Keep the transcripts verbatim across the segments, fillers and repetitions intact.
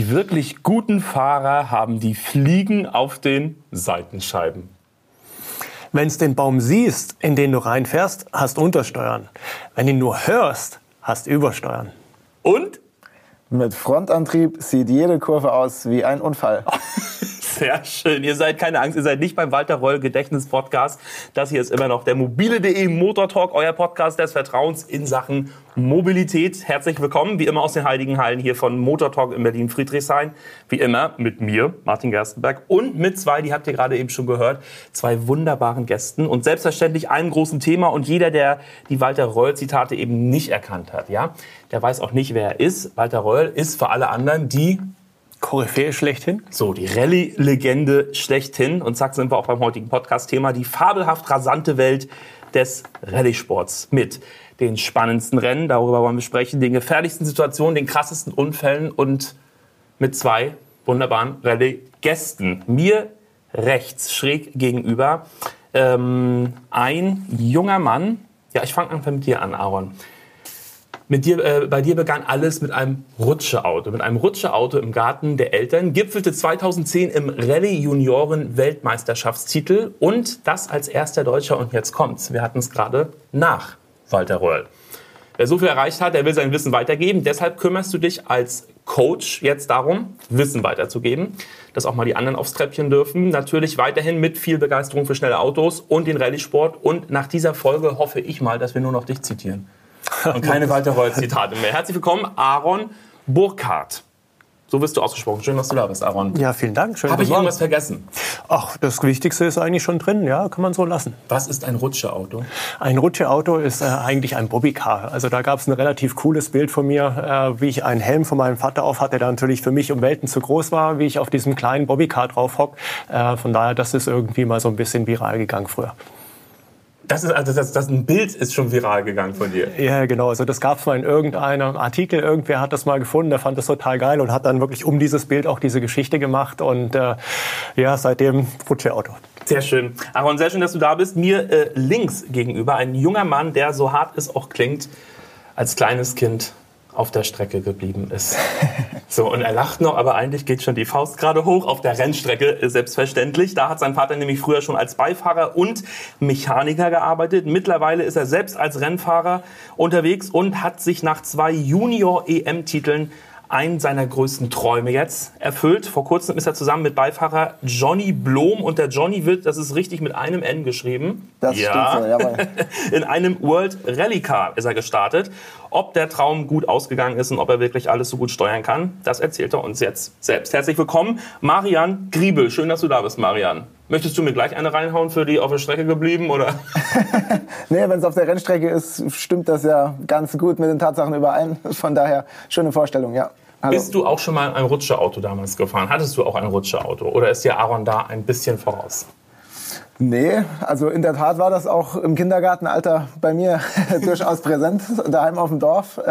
Die wirklich guten Fahrer haben die Fliegen auf den Seitenscheiben. Wenn du den Baum siehst, in den du reinfährst, hast du Untersteuern. Wenn du ihn nur hörst, hast du Übersteuern. Und? Mit Frontantrieb sieht jede Kurve aus wie ein Unfall. Sehr schön. Ihr seid, keine Angst, ihr seid nicht beim Walter Röll Gedächtnis-Podcast. Das hier ist immer noch der mobile.de Motor Talk, euer Podcast des Vertrauens in Sachen Mobilität. Herzlich willkommen, wie immer aus den Heiligen Hallen hier von Motor Talk in Berlin-Friedrichshain. Wie immer mit mir, Martin Gerstenberg, und mit zwei, die habt ihr gerade eben schon gehört, zwei wunderbaren Gästen und selbstverständlich einem großen Thema. Und jeder, der die Walter Röll-Zitate eben nicht erkannt hat, ja, der weiß auch nicht, wer er ist. Walter Röll ist für alle anderen die Koryphäe schlechthin. So, die Rallye-Legende schlechthin. Und zack, sind wir auch beim heutigen Podcast-Thema. Die fabelhaft rasante Welt des Rallye-Sports. Mit den spannendsten Rennen, darüber wollen wir sprechen, den gefährlichsten Situationen, den krassesten Unfällen und mit zwei wunderbaren Rallye-Gästen. Mir rechts, schräg gegenüber, ähm, ein junger Mann. Ja, ich fange einfach mit dir an, Aaron. Mit dir, äh, bei dir begann alles mit einem Rutscheauto. Mit einem Rutscheauto im Garten der Eltern, gipfelte zweitausendzehn im Rallye-Junioren-Weltmeisterschaftstitel und das als erster Deutscher. Und jetzt kommt's, wir hatten es gerade nach Walter Röll. Wer so viel erreicht hat, der will sein Wissen weitergeben. Deshalb kümmerst du dich als Coach jetzt darum, Wissen weiterzugeben, dass auch mal die anderen aufs Treppchen dürfen. Natürlich weiterhin mit viel Begeisterung für schnelle Autos und den Rallye-Sport. Und nach dieser Folge hoffe ich mal, dass wir nur noch dich zitieren. Und keine Walter Röll-Zitate mehr. Herzlich willkommen, Aaron Burkhardt. So wirst du ausgesprochen. Schön, dass du da bist, Aaron. Ja, vielen Dank. Schön, Habe ich irgendwas vergessen? Ach, das Wichtigste ist eigentlich schon drin. Ja, kann man so lassen. Was ist ein Rutscheauto? Ein Rutscheauto ist äh, eigentlich ein Bobbycar. Also da gab es ein relativ cooles Bild von mir, äh, wie ich einen Helm von meinem Vater auf hatte, der natürlich für mich um Welten zu groß war, wie ich auf diesem kleinen Bobbycar drauf hock. Äh, von daher, das ist irgendwie mal so ein bisschen viral gegangen früher. Das ist, also das, das ein Bild ist schon viral gegangen von dir. Ja, genau. Also das gab es mal in irgendeinem Artikel. Irgendwer hat das mal gefunden, der fand das total geil und hat dann wirklich um dieses Bild auch diese Geschichte gemacht. Und äh, ja, seitdem Rutscheauto. Sehr schön. Aaron, sehr schön, dass du da bist. Mir äh, links gegenüber ein junger Mann, der so hart es auch klingt, als kleines Kind auf der Strecke geblieben ist. So, und er lacht noch, aber eigentlich geht schon die Faust gerade hoch auf der Rennstrecke, selbstverständlich. Da hat sein Vater nämlich früher schon als Beifahrer und Mechaniker gearbeitet. Mittlerweile ist er selbst als Rennfahrer unterwegs und hat sich nach zwei Junior-E M-Titeln einen seiner größten Träume jetzt erfüllt. Vor kurzem ist er zusammen mit Beifahrer Johnny Blom und der Johnny wird, das ist richtig, mit einem N geschrieben. Das ja. stimmt so, jawohl. In einem World Rally Car ist er gestartet. Ob der Traum gut ausgegangen ist und ob er wirklich alles so gut steuern kann, das erzählt er uns jetzt selbst. Herzlich willkommen, Marian Griebel. Schön, dass du da bist, Marian. Möchtest du mir gleich eine reinhauen für die auf der Strecke geblieben, oder? Nee, wenn es auf der Rennstrecke ist, stimmt das ja ganz gut mit den Tatsachen überein. Von daher, schöne Vorstellung, ja. Hallo. Bist du auch schon mal ein Rutscherauto damals gefahren? Hattest du auch ein Rutscherauto? Oder ist dir Aaron da ein bisschen voraus? Nee, also in der Tat war das auch im Kindergartenalter bei mir durchaus präsent, daheim auf dem Dorf.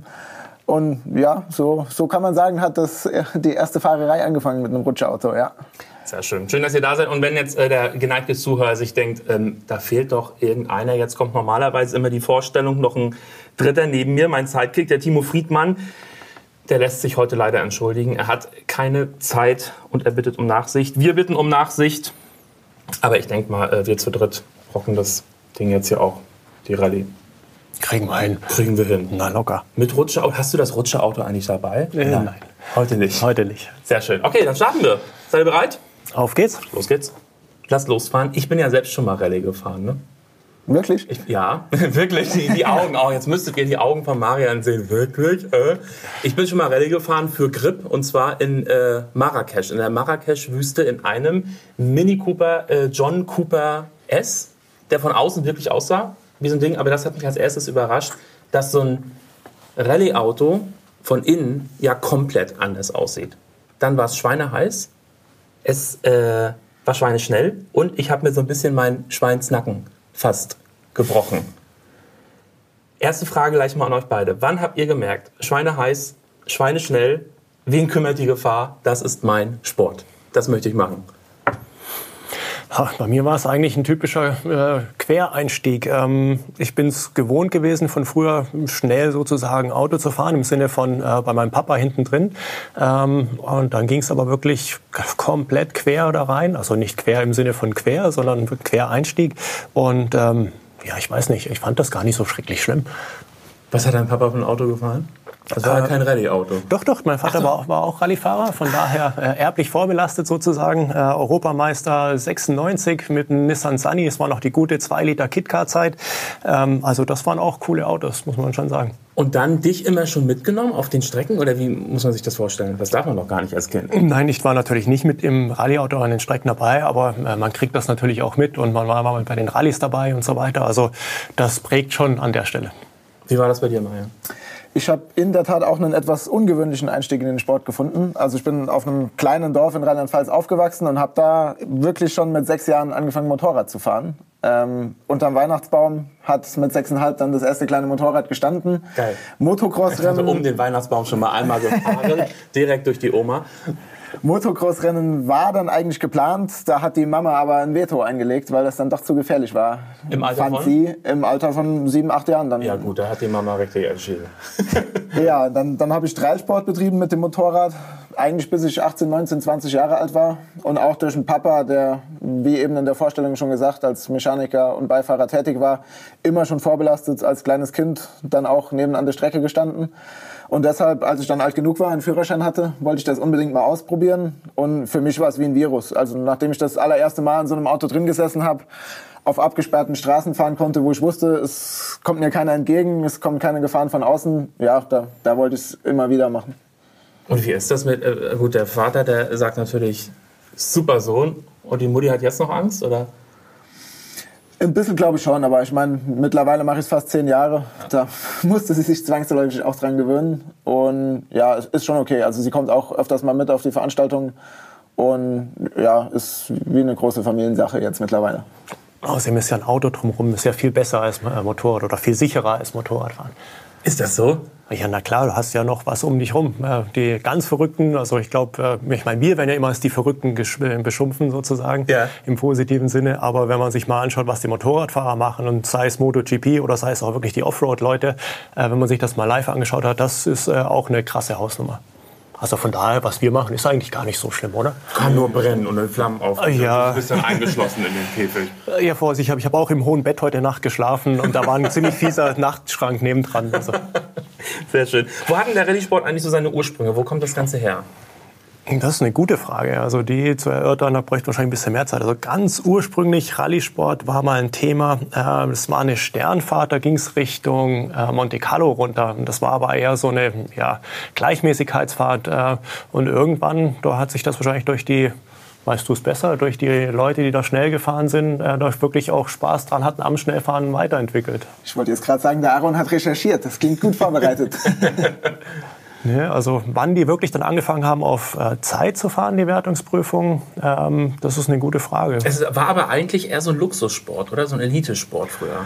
Und ja, so, so kann man sagen, hat das die erste Fahrerei angefangen mit einem Rutscherauto, ja. Sehr schön. Schön, dass ihr da seid. Und wenn jetzt äh, der geneigte Zuhörer sich denkt, ähm, da fehlt doch irgendeiner, jetzt kommt normalerweise immer die Vorstellung, noch ein Dritter neben mir, mein Sidekick, der Timo Friedmann. Der lässt sich heute leider entschuldigen. Er hat keine Zeit und er bittet um Nachsicht. Wir bitten um Nachsicht. Aber ich denke mal, äh, wir zu dritt rocken das Ding jetzt hier auch, die Rallye. Kriegen wir hin. Kriegen wir hin. Na, locker. Mit Rutscherauto. Hast du das Rutscherauto eigentlich dabei? Äh, nein. nein. Heute nicht. Heute nicht. Sehr schön. Okay, dann starten wir. Seid ihr bereit? Auf geht's. Los geht's. Lass losfahren. Ich bin ja selbst schon mal Rallye gefahren, ne? Wirklich? Ich, ja, wirklich. Die, die Augen auch. Jetzt müsstet ihr die Augen von Marian sehen. Wirklich? Äh? Ich bin schon mal Rallye gefahren für Grip und zwar in äh, Marrakesch. In der Marrakesch-Wüste in einem Mini Cooper, äh, John Cooper S, der von außen wirklich aussah wie so ein Ding. Aber das hat mich als erstes überrascht, dass so ein Rallye-Auto von innen ja komplett anders aussieht. Dann war es schweineheiß. Es äh, war schweineschnell und ich habe mir so ein bisschen meinen Schweinsnacken fast gebrochen. Erste Frage gleich mal an euch beide. Wann habt ihr gemerkt, schweineheiß, schweineschnell, wen kümmert die Gefahr? Das ist mein Sport. Das möchte ich machen. Ach, bei mir war es eigentlich ein typischer äh, Quereinstieg. Ähm, ich bin es gewohnt gewesen, von früher schnell sozusagen Auto zu fahren, im Sinne von äh, bei meinem Papa hinten drin. Ähm, und dann ging es aber wirklich komplett quer da rein. Also nicht quer im Sinne von quer, sondern Quereinstieg. Und ähm, ja, ich weiß nicht, ich fand das gar nicht so schrecklich schlimm. Was hat dein Papa für ein Auto gefahren? Das war ja kein Rallye-Auto. Doch, doch, mein Vater war auch, war auch Rallyefahrer, von daher äh, erblich vorbelastet sozusagen. Äh, Europameister sechsundneunzig mit einem Nissan Sunny, es war noch die gute zwei Liter KitKat-Zeit. Ähm, also das waren auch coole Autos, muss man schon sagen. Und dann dich immer schon mitgenommen auf den Strecken? Oder wie muss man sich das vorstellen? Das darf man doch gar nicht als Kind. Nein, ich war natürlich nicht mit im Rallye-Auto an den Strecken dabei, aber äh, man kriegt das natürlich auch mit und man war mal bei den Rallyes dabei und so weiter. Also das prägt schon an der Stelle. Wie war das bei dir, Maja? Ich habe in der Tat auch einen etwas ungewöhnlichen Einstieg in den Sport gefunden. Also ich bin auf einem kleinen Dorf in Rheinland-Pfalz aufgewachsen und habe da wirklich schon mit sechs Jahren angefangen, Motorrad zu fahren. Ähm, unterm Weihnachtsbaum hat mit sechseinhalb dann das erste kleine Motorrad gestanden. Geil. Motocross-Rennen. Also um den Weihnachtsbaum schon mal einmal gefahren, direkt durch die Oma. Motocross-Rennen war dann eigentlich geplant, da hat die Mama aber ein Veto eingelegt, weil das dann doch zu gefährlich war. Im Alter fand von? sie im Alter von sieben, acht Jahren dann. Ja gut, da hat die Mama richtig entschieden. Ja, dann, dann habe ich Dreisport betrieben mit dem Motorrad, eigentlich bis ich achtzehn, neunzehn, zwanzig Jahre alt war. Und auch durch einen Papa, der, wie eben in der Vorstellung schon gesagt, als Mechaniker und Beifahrer tätig war, immer schon vorbelastet als kleines Kind, dann auch neben an der Strecke gestanden. Und deshalb, als ich dann alt genug war, einen Führerschein hatte, wollte ich das unbedingt mal ausprobieren. Und für mich war es wie ein Virus. Also nachdem ich das allererste Mal in so einem Auto drin gesessen habe, auf abgesperrten Straßen fahren konnte, wo ich wusste, es kommt mir keiner entgegen, es kommen keine Gefahren von außen, ja, da, da wollte ich es immer wieder machen. Und wie ist das mit, äh, gut, der Vater, der sagt natürlich, super Sohn, und die Mutti hat jetzt noch Angst, oder? Ein bisschen glaube ich schon, aber ich meine, mittlerweile mache ich es fast zehn Jahre. Da musste sie sich zwangsläufig auch dran gewöhnen. Und ja, es ist schon okay. Also sie kommt auch öfters mal mit auf die Veranstaltungen. Und ja, ist wie eine große Familiensache jetzt mittlerweile. Außerdem ist ja ein Auto drumherum ist ja viel besser als Motorrad oder viel sicherer als Motorradfahren. Ist das so? Ja, na klar, du hast ja noch was um dich rum. Die ganz Verrückten, also ich glaube, ich meine, wir werden ja immer als die Verrückten beschimpfen sozusagen, ja, im positiven Sinne. Aber wenn man sich mal anschaut, was die Motorradfahrer machen, und sei es MotoGP oder sei es auch wirklich die Offroad-Leute, wenn man sich das mal live angeschaut hat, das ist auch eine krasse Hausnummer. Also von daher, was wir machen, ist eigentlich gar nicht so schlimm, oder? Kann nur brennen und in Flammen aufgehen. Ja. Du bist dann eingeschlossen in den Käfig. Ja, Vorsicht, ich habe ich hab auch im hohen Bett heute Nacht geschlafen und da war ein ziemlich fieser Nachtschrank nebendran. Also. Sehr schön. Wo hat denn der Rallye-Sport eigentlich so seine Ursprünge? Wo kommt das Ganze her? Das ist eine gute Frage. Also die zu erörtern, da bräuchte wahrscheinlich ein bisschen mehr Zeit. Also ganz ursprünglich, Rallye-Sport war mal ein Thema. Es war eine Sternfahrt, da ging es Richtung Monte Carlo runter. Das war aber eher so eine ja, Gleichmäßigkeitsfahrt. Und irgendwann, da hat sich das wahrscheinlich durch die, weißt du es besser, durch die Leute, die da schnell gefahren sind, da wirklich auch Spaß dran hatten, am Schnellfahren weiterentwickelt. Ich wollte jetzt gerade sagen, der Aaron hat recherchiert. Das klingt gut vorbereitet. Ne, also wann die wirklich dann angefangen haben, auf äh, Zeit zu fahren, die Wertungsprüfung, ähm, das ist eine gute Frage. Es war aber eigentlich eher so ein Luxussport, oder? So ein Elitesport früher.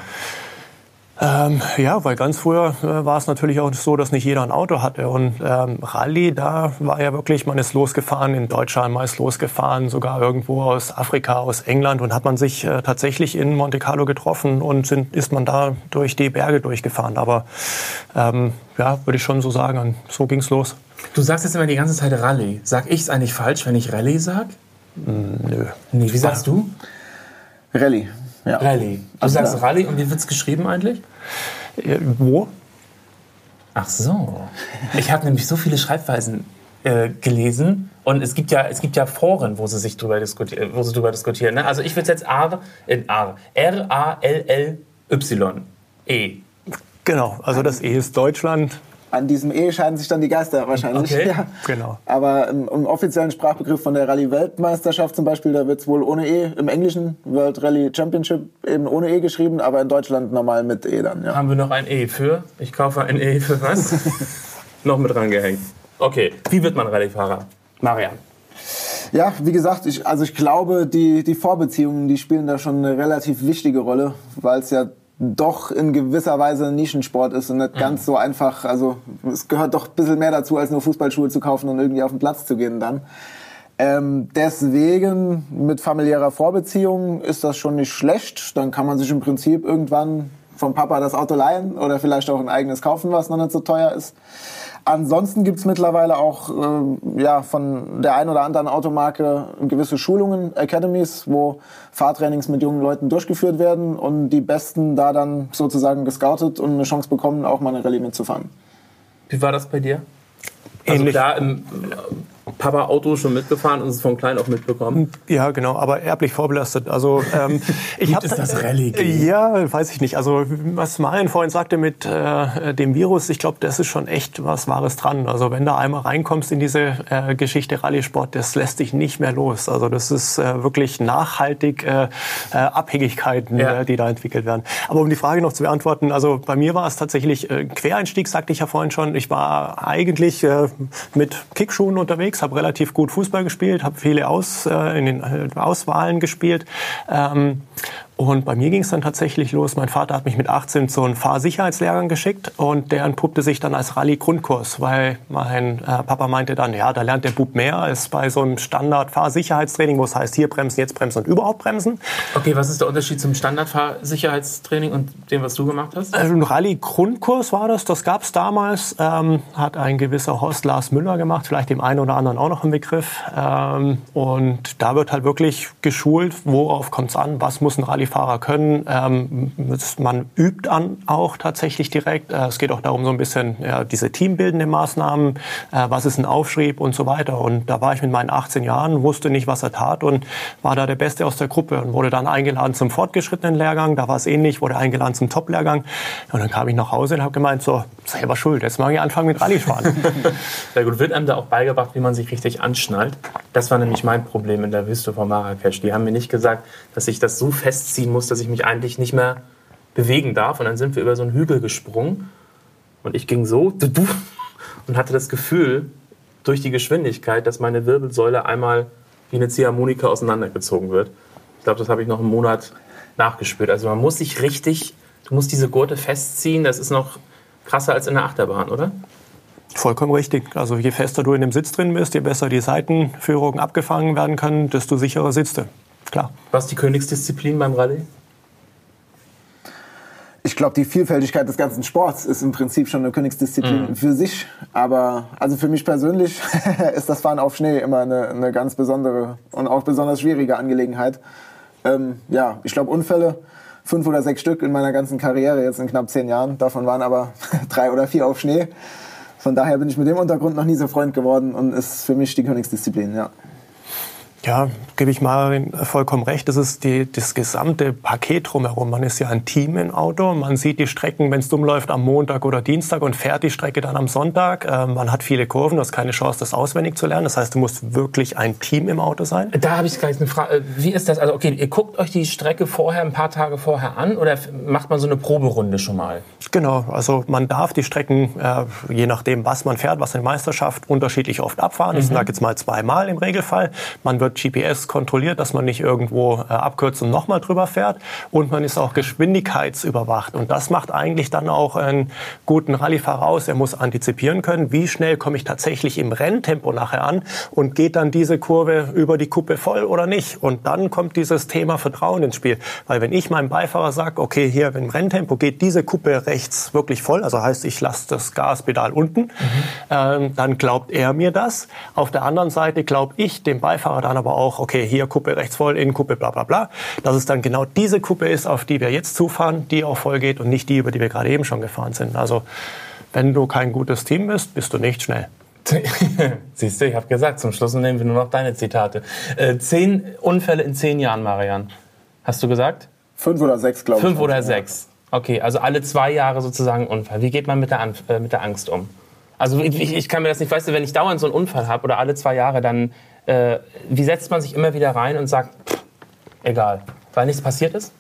Ähm, ja, weil ganz früher äh, war es natürlich auch so, dass nicht jeder ein Auto hatte. Und ähm, Rallye, da war ja wirklich, man ist losgefahren, in Deutschland mal ist losgefahren, sogar irgendwo aus Afrika, aus England. Und hat man sich äh, tatsächlich in Monte Carlo getroffen und sind, ist man da durch die Berge durchgefahren. Aber ähm, ja, würde ich schon so sagen, so ging's los. Du sagst jetzt immer die ganze Zeit Rallye. Sag ich es eigentlich falsch, wenn ich Rallye sag? Mm, nö. Nee, wie sagst du? Rallye. Ja. Rallye. Du also sagst ja. Rallye, und wie wird's geschrieben eigentlich? Äh, wo? Ach so. Ich habe nämlich so viele Schreibweisen äh, gelesen, und es gibt ja es gibt ja Foren, wo sie sich drüber diskutieren, wo sie drüber diskutieren. Ne? Also ich würde jetzt R in R R A L L Y E. Genau. Also das E ist Deutschland. An diesem E scheiden sich dann die Geister wahrscheinlich. Okay. Ja. Genau. Aber im, im offiziellen Sprachbegriff von der Rallye-Weltmeisterschaft zum Beispiel, da wird es wohl ohne E, im Englischen World Rally Championship eben ohne E geschrieben, aber in Deutschland normal mit E dann. Ja. Haben wir noch ein E für? Ich kaufe ein E für was? Noch mit rangehängt. Okay, wie wird man Rallyefahrer? Marian. Ja, wie gesagt, ich, also ich glaube, die, die Vorbeziehungen, die spielen da schon eine relativ wichtige Rolle, weil es ja doch in gewisser Weise ein Nischensport ist und nicht mhm. ganz so einfach. Also es gehört doch ein bisschen mehr dazu, als nur Fußballschuhe zu kaufen und irgendwie auf den Platz zu gehen dann. Ähm, deswegen mit familiärer Vorbeziehung ist das schon nicht schlecht. Dann kann man sich im Prinzip irgendwann vom Papa das Auto leihen oder vielleicht auch ein eigenes kaufen, was noch nicht so teuer ist. Ansonsten gibt's mittlerweile auch äh, ja, von der einen oder anderen Automarke gewisse Schulungen, Academies, wo Fahrtrainings mit jungen Leuten durchgeführt werden und die Besten da dann sozusagen gescoutet und eine Chance bekommen, auch mal eine Rallye mitzufahren. Wie war das bei dir? Also Ähnlich. klar, im Papa-Auto schon mitgefahren und es von klein auf mitbekommen? Ja, genau, aber erblich vorbelastet. Also ähm, ich habe ist das Rallye -Game. Ja, weiß ich nicht. Also was Marian vorhin sagte mit äh, dem Virus, ich glaube, das ist schon echt was Wahres dran. Also wenn du einmal reinkommst in diese äh, Geschichte Rallye-Sport, das lässt dich nicht mehr los. Also das ist äh, wirklich nachhaltig äh, äh, Abhängigkeiten, ja. äh, die da entwickelt werden. Aber um die Frage noch zu beantworten, also bei mir war es tatsächlich äh, Quereinstieg, sagte ich ja vorhin schon. Ich war eigentlich äh, mit Kickschuhen unterwegs, habe relativ gut Fußball gespielt, habe viele Aus, äh, in den äh, Auswahlen gespielt. Ähm, Und bei mir ging es dann tatsächlich los. Mein Vater hat mich mit achtzehn zu einem Fahrsicherheitslehrgang geschickt und der entpuppte sich dann als Rallye-Grundkurs, weil mein äh, Papa meinte dann, ja, da lernt der Bub mehr als bei so einem Standard-Fahrsicherheitstraining, wo es heißt, hier bremsen, jetzt bremsen und überhaupt bremsen. Okay, was ist der Unterschied zum Standard-Fahrsicherheitstraining und dem, was du gemacht hast? Also ein Rallye-Grundkurs war das, das gab es damals, ähm, hat ein gewisser Horst Lars Müller gemacht, vielleicht dem einen oder anderen auch noch ein Begriff. Ähm, und da wird halt wirklich geschult, worauf kommt es an, was muss ein Rallye Fahrer können. Ähm, man übt an auch tatsächlich direkt. Äh, es geht auch darum, so ein bisschen ja, diese teambildenden Maßnahmen, äh, was ist ein Aufschrieb und so weiter. Und da war ich mit meinen achtzehn Jahren, wusste nicht, was er tat und war da der Beste aus der Gruppe und wurde dann eingeladen zum fortgeschrittenen Lehrgang. Da war es ähnlich, wurde eingeladen zum Top-Lehrgang. Und dann kam ich nach Hause und habe gemeint, so, selber schuld, jetzt mag ich anfangen mit Rallye-Fahren. Sehr gut. Wird einem da auch beigebracht, wie man sich richtig anschnallt? Das war nämlich mein Problem in der Wüste von Marrakesch. Die haben mir nicht gesagt, dass ich das so festziehe, muss, dass ich mich eigentlich nicht mehr bewegen darf. Und dann sind wir über so einen Hügel gesprungen und ich ging so und hatte das Gefühl, durch die Geschwindigkeit, dass meine Wirbelsäule einmal wie eine Ziehharmonika auseinandergezogen wird. Ich glaube, das habe ich noch einen Monat nachgespürt. Also man muss sich richtig, du musst diese Gurte festziehen, das ist noch krasser als in der Achterbahn, oder? Vollkommen richtig. Also je fester du in dem Sitz drin bist, je besser die Seitenführungen abgefangen werden können, desto sicherer sitzt du. Klar. Was ist die Königsdisziplin beim Rallye? Ich glaube, die Vielfältigkeit des ganzen Sports ist im Prinzip schon eine Königsdisziplin mhm. für sich. Aber also für mich persönlich ist das Fahren auf Schnee immer eine, eine ganz besondere und auch besonders schwierige Angelegenheit. Ähm, ja, ich glaube Unfälle, fünf oder sechs Stück in meiner ganzen Karriere, jetzt in knapp zehn Jahren. Davon waren aber drei oder vier auf Schnee. Von daher bin ich mit dem Untergrund noch nie so Freund geworden und ist für mich die Königsdisziplin, ja. Ja, gebe ich Marin vollkommen recht. Das ist die, das gesamte Paket drumherum. Man ist ja ein Team im Auto. Man sieht die Strecken, wenn es dumm läuft, am Montag oder Dienstag und fährt die Strecke dann am Sonntag. Äh, man hat viele Kurven, du hast keine Chance, das auswendig zu lernen. Das heißt, du musst wirklich ein Team im Auto sein. Da habe ich gleich eine Frage. Wie ist das? Also, okay, ihr guckt euch die Strecke vorher, ein paar Tage vorher an oder macht man so eine Proberunde schon mal? Genau, also man darf die Strecken, äh, je nachdem, was man fährt, was in der Meisterschaft, unterschiedlich oft abfahren. Mhm. Ich sage jetzt mal zweimal im Regelfall. Man wird G P S kontrolliert, dass man nicht irgendwo äh, abkürzt und nochmal drüber fährt. Und man ist auch geschwindigkeitsüberwacht. Und das macht eigentlich dann auch einen guten Rallyefahrer aus. Er muss antizipieren können, wie schnell komme ich tatsächlich im Renntempo nachher an und geht dann diese Kurve über die Kuppe voll oder nicht. Und dann kommt dieses Thema Vertrauen ins Spiel. Weil wenn ich meinem Beifahrer sage, okay, hier im Renntempo geht diese Kuppe rechts wirklich voll, also heißt, ich lasse das Gaspedal unten, mhm. ähm, dann glaubt er mir das. Auf der anderen Seite glaube ich dem Beifahrer dann aber auch, okay, hier Kuppe rechts voll, Innenkuppe, bla bla bla, dass es dann genau diese Kuppe ist, auf die wir jetzt zufahren, die auch voll geht und nicht die, über die wir gerade eben schon gefahren sind. Also wenn du kein gutes Team bist, bist du nicht schnell. Siehst du, ich habe gesagt, zum Schluss nehmen wir nur noch deine Zitate. Äh, zehn Unfälle in zehn Jahren, Marian. Hast du gesagt? Fünf oder sechs, glaube ich. Fünf oder sechs. Okay, also alle zwei Jahre sozusagen Unfall. Wie geht man mit der, An- äh, mit der Angst um? Also ich, ich kann mir das nicht, weißt du, wenn ich dauernd so einen Unfall habe oder alle zwei Jahre, dann äh, wie setzt man sich immer wieder rein und sagt, pff, egal, weil nichts passiert ist?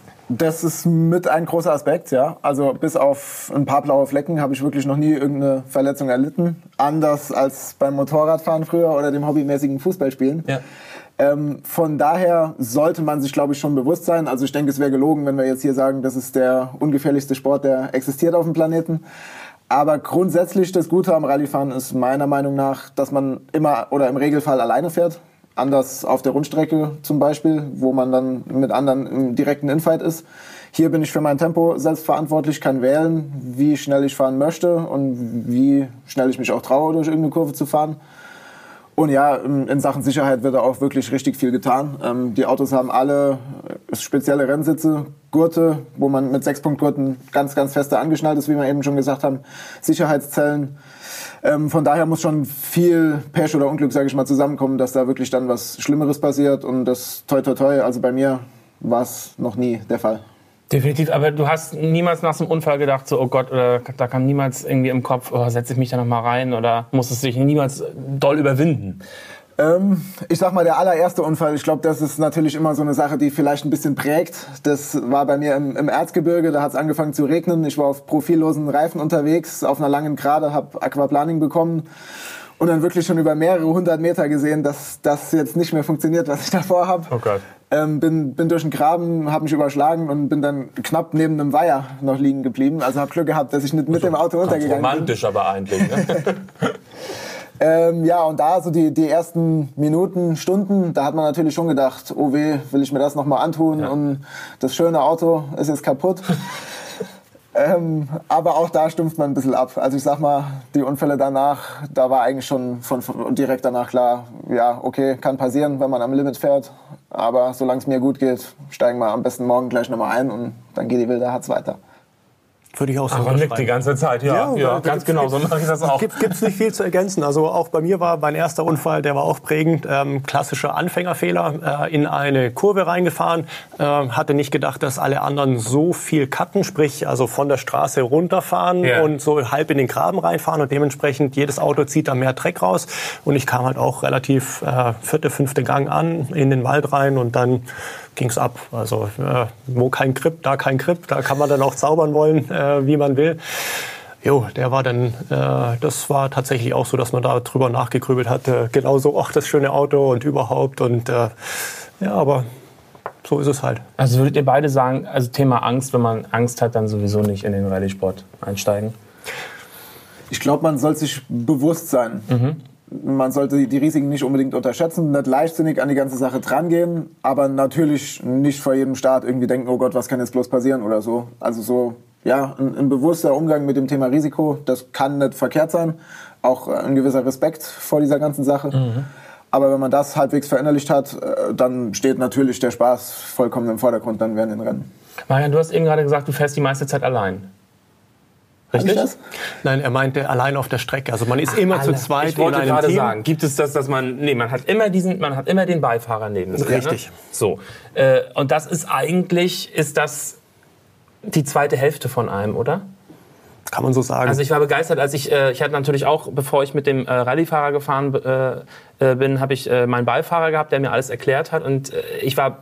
Das ist mit ein großer Aspekt, ja. Also bis auf ein paar blaue Flecken habe ich wirklich noch nie irgendeine Verletzung erlitten. Anders als beim Motorradfahren früher oder dem hobbymäßigen Fußballspielen. Ja. Ähm, von daher sollte man sich, glaube ich, schon bewusst sein. Also ich denke, es wäre gelogen, wenn wir jetzt hier sagen, das ist der ungefährlichste Sport, der existiert auf dem Planeten. Aber grundsätzlich das Gute am Rallyfahren ist meiner Meinung nach, dass man immer oder im Regelfall alleine fährt. Anders auf der Rundstrecke zum Beispiel, wo man dann mit anderen im direkten Infight ist. Hier bin ich für mein Tempo selbst verantwortlich, kann wählen, wie schnell ich fahren möchte und wie schnell ich mich auch traue, durch irgendeine Kurve zu fahren. Und ja, in Sachen Sicherheit wird da auch wirklich richtig viel getan. Ähm, die Autos haben alle spezielle Rennsitze, Gurte, wo man mit Sechspunktgurten ganz, ganz feste angeschnallt ist, wie wir eben schon gesagt haben, Sicherheitszellen. Ähm, von daher muss schon viel Pech oder Unglück, sage ich mal, zusammenkommen, dass da wirklich dann was Schlimmeres passiert. Und das toi toi toi, also bei mir war es noch nie der Fall. Definitiv, aber du hast niemals nach so einem Unfall gedacht, so, oh Gott, oder da kam niemals irgendwie im Kopf, oh, setze ich mich da noch mal rein, oder musstest du dich niemals doll überwinden? Ähm, ich sag mal, der allererste Unfall, ich glaube, das ist natürlich immer so eine Sache, die vielleicht ein bisschen prägt. Das war bei mir im, im Erzgebirge, da hat es angefangen zu regnen. Ich war auf profillosen Reifen unterwegs, auf einer langen Gerade, habe Aquaplaning bekommen. Und dann wirklich schon über mehrere hundert Meter gesehen, dass das jetzt nicht mehr funktioniert, was ich davor habe. Oh Gott. Ähm, bin, bin durch den Graben, habe mich überschlagen und bin dann knapp neben einem Weiher noch liegen geblieben. Also habe Glück gehabt, dass ich nicht mit also, dem Auto untergegangen bin. Romantisch aber eigentlich. Ne? ähm, ja, und da so die, die ersten Minuten, Stunden, da hat man natürlich schon gedacht, oh weh, will ich mir das nochmal antun? Ja. Und das schöne Auto ist jetzt kaputt. Ähm, aber auch da stumpft man ein bisschen ab. Also ich sag mal, die Unfälle danach, da war eigentlich schon von, von direkt danach klar, ja, okay, kann passieren, wenn man am Limit fährt. Aber solange es mir gut geht, steigen wir am besten morgen gleich nochmal ein und dann geht die wilde Hatz weiter. Würde ich auch so Aber nickt die ganze Zeit, ja, ja, ja ganz genau, so mache ich das auch. Gibt es nicht viel zu ergänzen. Also auch bei mir war mein erster Unfall, der war auch prägend. Ähm, klassischer Anfängerfehler, äh, in eine Kurve reingefahren, äh, hatte nicht gedacht, dass alle anderen so viel cutten, sprich also von der Straße runterfahren yeah. und so halb in den Graben reinfahren und dementsprechend jedes Auto zieht da mehr Dreck raus. Und ich kam halt auch relativ äh, vierte, fünfte Gang an, in den Wald rein und dann ging's ab. Also äh, wo kein Grip, da kein Grip. Da kann man dann auch zaubern wollen, äh, wie man will. Jo, der war dann, äh, das war tatsächlich auch so, dass man da drüber nachgegrübelt hat. Äh, genauso, ach, das schöne Auto und überhaupt. Und äh, ja, aber so ist es halt. Also würdet ihr beide sagen, also Thema Angst, wenn man Angst hat, dann sowieso nicht in den Rallye-Sport einsteigen? Ich glaube, man soll sich bewusst sein. Mhm. Man sollte die Risiken nicht unbedingt unterschätzen, nicht leichtsinnig an die ganze Sache drangehen, aber natürlich nicht vor jedem Start irgendwie denken, oh Gott, was kann jetzt bloß passieren oder so. Also so, ja, ein, ein bewusster Umgang mit dem Thema Risiko, das kann nicht verkehrt sein. Auch ein gewisser Respekt vor dieser ganzen Sache. Mhm. Aber wenn man das halbwegs verinnerlicht hat, dann steht natürlich der Spaß vollkommen im Vordergrund dann während den Rennen. Marian, du hast eben gerade gesagt, du fährst die meiste Zeit allein. Richtig? Das? Nein, er meinte allein auf der Strecke. Also man ist Ach, immer alle. zu zweit ich wollte in einem gerade Team. sagen, gibt es das, dass man, nee, man hat immer diesen, man hat immer den Beifahrer neben sich. Richtig. Ne? So. Äh, und das ist eigentlich, ist das die zweite Hälfte von einem, oder? Kann man so sagen. Also ich war begeistert, als ich, äh, ich hatte natürlich auch, bevor ich mit dem äh, Rallyefahrer gefahren äh, bin, habe ich äh, meinen Beifahrer gehabt, der mir alles erklärt hat und äh, ich war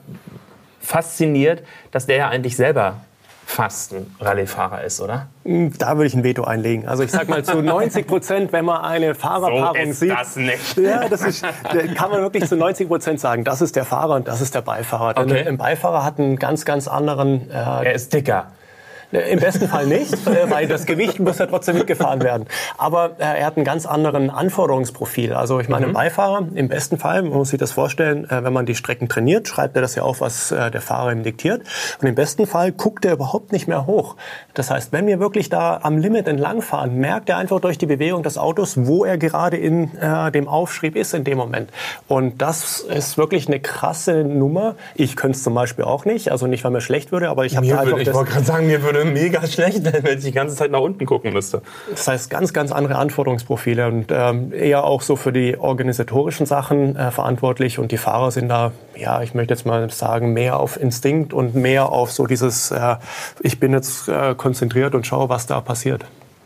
fasziniert, dass der ja eigentlich selber fast ein Rallyefahrer ist, oder? Da würde ich ein Veto einlegen. Also ich sag mal zu neunzig Prozent, wenn man eine Fahrerpaarung so ist sieht. Das nicht. Ja, das ist, kann man wirklich zu neunzig Prozent sagen, das ist der Fahrer und das ist der Beifahrer. Okay. Denn ein Beifahrer hat einen ganz, ganz anderen. Äh, er ist dicker. Im besten Fall nicht, weil das Gewicht muss ja trotzdem mitgefahren werden. Aber äh, er hat einen ganz anderen Anforderungsprofil. Also ich meine, mhm. ein Beifahrer, im besten Fall, man muss sich das vorstellen, äh, wenn man die Strecken trainiert, schreibt er das ja auf, was äh, der Fahrer ihm diktiert. Und im besten Fall guckt er überhaupt nicht mehr hoch. Das heißt, wenn wir wirklich da am Limit entlangfahren, merkt er einfach durch die Bewegung des Autos, wo er gerade in äh, dem Aufschrieb ist in dem Moment. Und das ist wirklich eine krasse Nummer. Ich könnte es zum Beispiel auch nicht, also nicht, weil mir schlecht würde, aber ich habe da einfach... Ich wollte gerade sagen, mir würde mega schlecht, wenn ich die ganze Zeit nach unten gucken müsste. Das heißt, ganz, ganz andere Anforderungsprofile und ähm, eher auch so für die organisatorischen Sachen äh, verantwortlich. Und die Fahrer sind da, ja, ich möchte jetzt mal sagen, mehr auf Instinkt und mehr auf so dieses, äh, ich bin jetzt äh, konzentriert und schaue, was da passiert.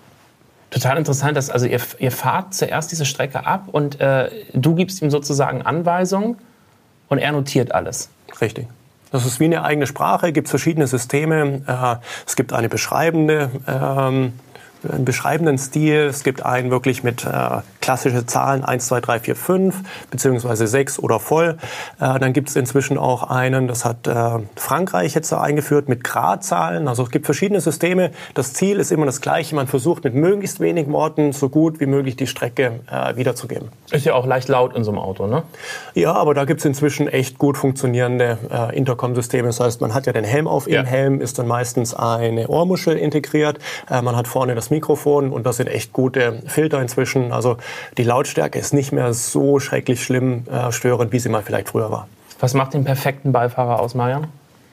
Total interessant, dass also ihr, ihr fahrt zuerst diese Strecke ab und äh, du gibst ihm sozusagen Anweisungen und er notiert alles. Richtig. Das ist wie eine eigene Sprache, es gibt verschiedene Systeme. Äh, es gibt eine beschreibende, ähm, einen beschreibenden Stil, es gibt einen wirklich mit äh, klassische Zahlen eins, zwei, drei, vier, fünf, beziehungsweise sechs oder voll. Äh, dann gibt es inzwischen auch einen, das hat äh, Frankreich jetzt eingeführt, mit Gradzahlen. Also es gibt verschiedene Systeme. Das Ziel ist immer das gleiche. Man versucht mit möglichst wenigen Worten so gut wie möglich die Strecke äh, wiederzugeben. Ist ja auch leicht laut in so einem Auto, ne? Ja, aber da gibt es inzwischen echt gut funktionierende äh, Intercom-Systeme. Das heißt, man hat ja den Helm auf. Ja. Im Helm ist dann meistens eine Ohrmuschel integriert. Äh, man hat vorne das Mikrofon und das sind echt gute Filter inzwischen. Also die Lautstärke ist nicht mehr so schrecklich schlimm äh, störend, wie sie mal vielleicht früher war. Was macht den perfekten Beifahrer aus, Marian?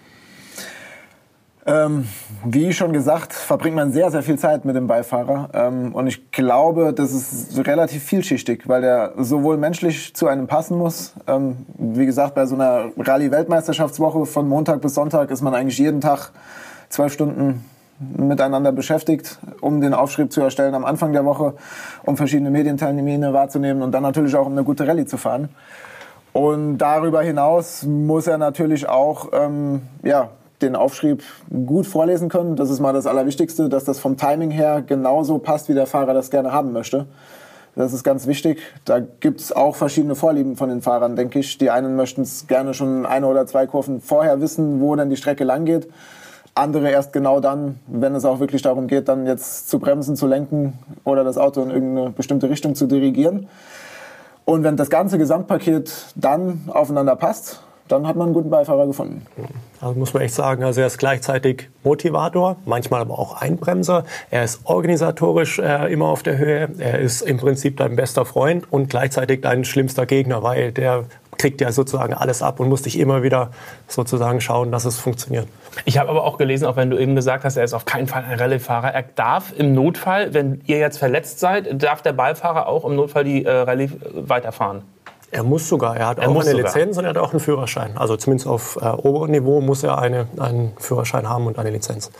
Ähm, wie schon gesagt, verbringt man sehr, sehr viel Zeit mit dem Beifahrer. Ähm, und ich glaube, das ist relativ vielschichtig, weil der sowohl menschlich zu einem passen muss. Ähm, wie gesagt, bei so einer Rallye-Weltmeisterschaftswoche von Montag bis Sonntag ist man eigentlich jeden Tag zwölf Stunden miteinander beschäftigt, um den Aufschrieb zu erstellen am Anfang der Woche, um verschiedene Medientermine wahrzunehmen und dann natürlich auch um eine gute Rallye zu fahren. Und darüber hinaus muss er natürlich auch ähm, ja, den Aufschrieb gut vorlesen können. Das ist mal das Allerwichtigste, dass das vom Timing her genauso passt, wie der Fahrer das gerne haben möchte. Das ist ganz wichtig. Da gibt es auch verschiedene Vorlieben von den Fahrern, denke ich. Die einen möchten es gerne schon eine oder zwei Kurven vorher wissen, wo dann die Strecke lang geht. Andere erst genau dann, wenn es auch wirklich darum geht, dann jetzt zu bremsen, zu lenken oder das Auto in irgendeine bestimmte Richtung zu dirigieren. Und wenn das ganze Gesamtpaket dann aufeinander passt, dann hat man einen guten Beifahrer gefunden. Also muss man echt sagen, also er ist gleichzeitig Motivator, manchmal aber auch Einbremser. Er ist organisatorisch äh, immer auf der Höhe. Er ist im Prinzip dein bester Freund und gleichzeitig dein schlimmster Gegner, weil der kriegt ja sozusagen alles ab und muss dich immer wieder sozusagen schauen, dass es funktioniert. Ich habe aber auch gelesen, auch wenn du eben gesagt hast, er ist auf keinen Fall ein Rallye-Fahrer. Er darf im Notfall, wenn ihr jetzt verletzt seid, darf der Beifahrer auch im Notfall die äh, Rallye weiterfahren. Er muss sogar. Er hat er auch eine sogar. Lizenz und er hat auch einen Führerschein. Also zumindest auf äh, oberem Niveau muss er eine, einen Führerschein haben und eine Lizenz.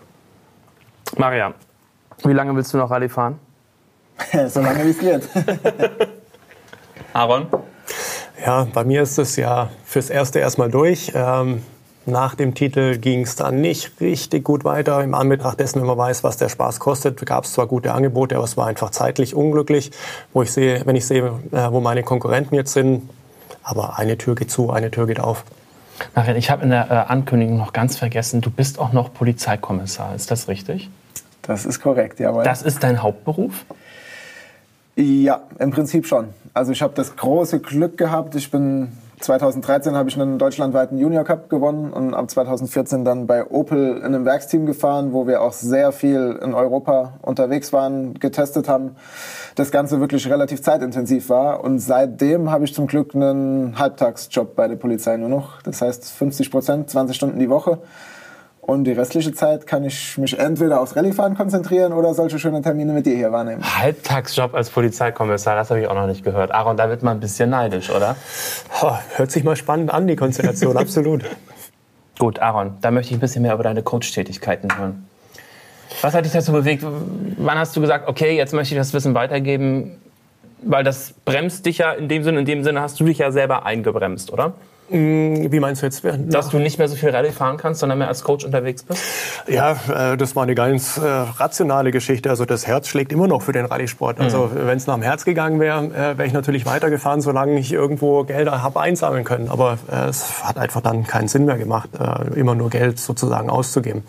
Marian, wie lange willst du noch Rallye fahren? So lange wie es geht. Aaron? Ja, bei mir ist es ja fürs Erste erstmal durch. Ähm, Nach dem Titel ging es dann nicht richtig gut weiter. Im Anbetracht dessen, wenn man weiß, was der Spaß kostet, gab es zwar gute Angebote, aber es war einfach zeitlich unglücklich, wo ich sehe, wenn ich sehe, wo meine Konkurrenten jetzt sind. Aber eine Tür geht zu, eine Tür geht auf. Marian, ich habe in der äh, Ankündigung noch ganz vergessen, du bist auch noch Polizeikommissar. Ist das richtig? Das ist korrekt, jawohl. Das ist dein Hauptberuf? Ja, im Prinzip schon. Also ich habe das große Glück gehabt. Ich bin zweitausenddreizehn habe ich einen deutschlandweiten Junior Cup gewonnen und ab zweitausendvierzehn dann bei Opel in einem Werksteam gefahren, wo wir auch sehr viel in Europa unterwegs waren, getestet haben. Das Ganze wirklich relativ zeitintensiv war und seitdem habe ich zum Glück einen Halbtagsjob bei der Polizei nur noch. Das heißt fünfzig Prozent, zwanzig Stunden die Woche. Und die restliche Zeit kann ich mich entweder aufs Rallyefahren konzentrieren oder solche schönen Termine mit dir hier wahrnehmen. Halbtagsjob als Polizeikommissar, das habe ich auch noch nicht gehört. Aaron, da wird man ein bisschen neidisch, oder? Oh, hört sich mal spannend an, die Konstellation, absolut. Gut, Aaron, da möchte ich ein bisschen mehr über deine Coach-Tätigkeiten hören. Was hat dich dazu bewegt? Wann hast du gesagt, okay, jetzt möchte ich das Wissen weitergeben? Weil das bremst dich ja in dem Sinne, in dem Sinne hast du dich ja selber eingebremst, oder? Wie meinst du jetzt? Dass du nicht mehr so viel Rallye fahren kannst, sondern mehr als Coach unterwegs bist? Ja, äh, das war eine ganz äh, rationale Geschichte. Also das Herz schlägt immer noch für den Rallye-Sport. Also mhm. wenn es nach dem Herz gegangen wäre, äh, wäre ich natürlich weitergefahren, solange ich irgendwo Gelder habe einsammeln können. Aber äh, es hat einfach dann keinen Sinn mehr gemacht, äh, immer nur Geld sozusagen auszugeben.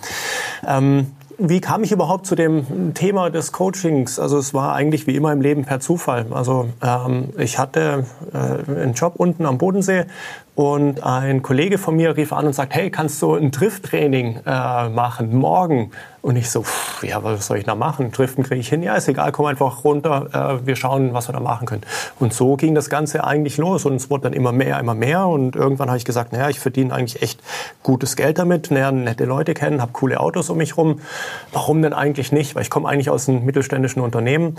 Ähm, Wie kam ich überhaupt zu dem Thema des Coachings? Also es war eigentlich wie immer im Leben per Zufall. Also ähm, ich hatte äh, einen Job unten am Bodensee und ein Kollege von mir rief an und sagt, hey, kannst du ein Drifttraining äh, machen morgen? Und ich so, pff, ja, was soll ich da machen? Driften kriege ich hin. Ja, ist egal, komm einfach runter. Äh, wir schauen, was wir da machen können. Und so ging das Ganze eigentlich los. Und es wurde dann immer mehr, immer mehr. Und irgendwann habe ich gesagt, naja, ich verdiene eigentlich echt gutes Geld damit. Naja, nette Leute kennen, habe coole Autos um mich rum. Warum denn eigentlich nicht? Weil ich komme eigentlich aus einem mittelständischen Unternehmen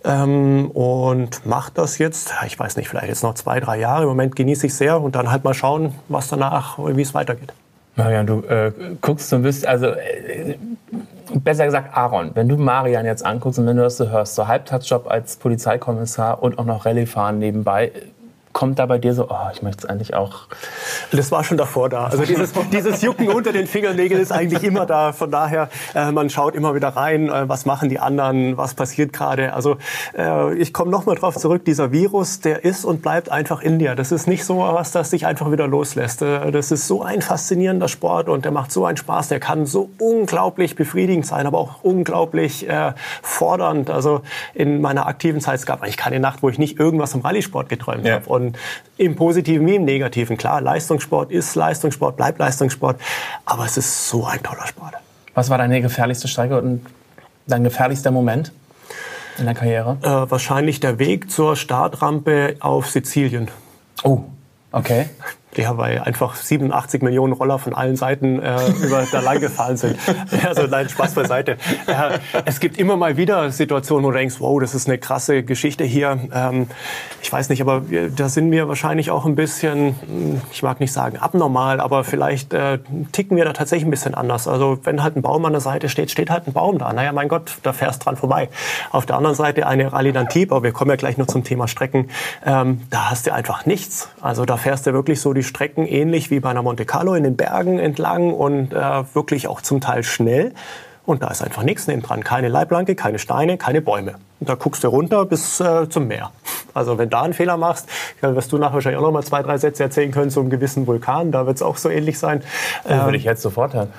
ähm, und mache das jetzt, ich weiß nicht, vielleicht jetzt noch zwei, drei Jahre. Im Moment genieße ich sehr und dann halt mal schauen, was danach, wie es weitergeht. Marian, du äh, guckst und bist, also äh, besser gesagt Aaron, wenn du Marian jetzt anguckst und wenn du das so hörst, so Halbtagsjob als Polizeikommissar und auch noch Rallye fahren nebenbei, kommt da bei dir so, oh, ich möchte es eigentlich auch? Das war schon davor da. Also dieses, dieses Jucken unter den Fingernägeln ist eigentlich immer da. Von daher, äh, man schaut immer wieder rein, äh, was machen die anderen, was passiert gerade. Also äh, ich komme nochmal drauf zurück, dieser Virus, der ist und bleibt einfach in dir. Das ist nicht so was, das dich einfach wieder loslässt. Äh, das ist so ein faszinierender Sport und der macht so einen Spaß. Der kann so unglaublich befriedigend sein, aber auch unglaublich äh, fordernd. Also in meiner aktiven Zeit, es gab eigentlich keine Nacht, wo ich nicht irgendwas im Rallye-Sport geträumt ja. habe. Und im Positiven wie im Negativen. Klar, Leistungssport ist Leistungssport, bleibt Leistungssport. Aber es ist so ein toller Sport. Was war deine gefährlichste Strecke und dein gefährlichster Moment in der Karriere? Äh, wahrscheinlich der Weg zur Startrampe auf Sizilien. Oh, okay. Ja, weil einfach siebenundachtzig Millionen Roller von allen Seiten äh, über da lang gefahren sind. Also nein, Spaß beiseite. Äh, es gibt immer mal wieder Situationen, wo du denkst, wow, das ist eine krasse Geschichte hier. Ähm, ich weiß nicht, aber wir, da sind wir wahrscheinlich auch ein bisschen, ich mag nicht sagen abnormal, aber vielleicht äh, ticken wir da tatsächlich ein bisschen anders. Also wenn halt ein Baum an der Seite steht, steht halt ein Baum da. Naja, mein Gott, da fährst dran vorbei. Auf der anderen Seite eine Rallye d'Antibes, aber wir kommen ja gleich noch zum Thema Strecken, ähm, da hast du einfach nichts. Also da fährst du wirklich so die Strecken ähnlich wie bei einer Monte Carlo in den Bergen entlang und äh, wirklich auch zum Teil schnell. Und da ist einfach nichts neben dran. Keine Leitplanke, keine Steine, keine Bäume. Und da guckst du runter bis äh, zum Meer. Also wenn da einen Fehler machst, dann wirst du nachher wahrscheinlich auch noch mal zwei, drei Sätze erzählen können zu einem gewissen Vulkan. Da wird es auch so ähnlich sein. Das ähm, würde ich jetzt sofort hören.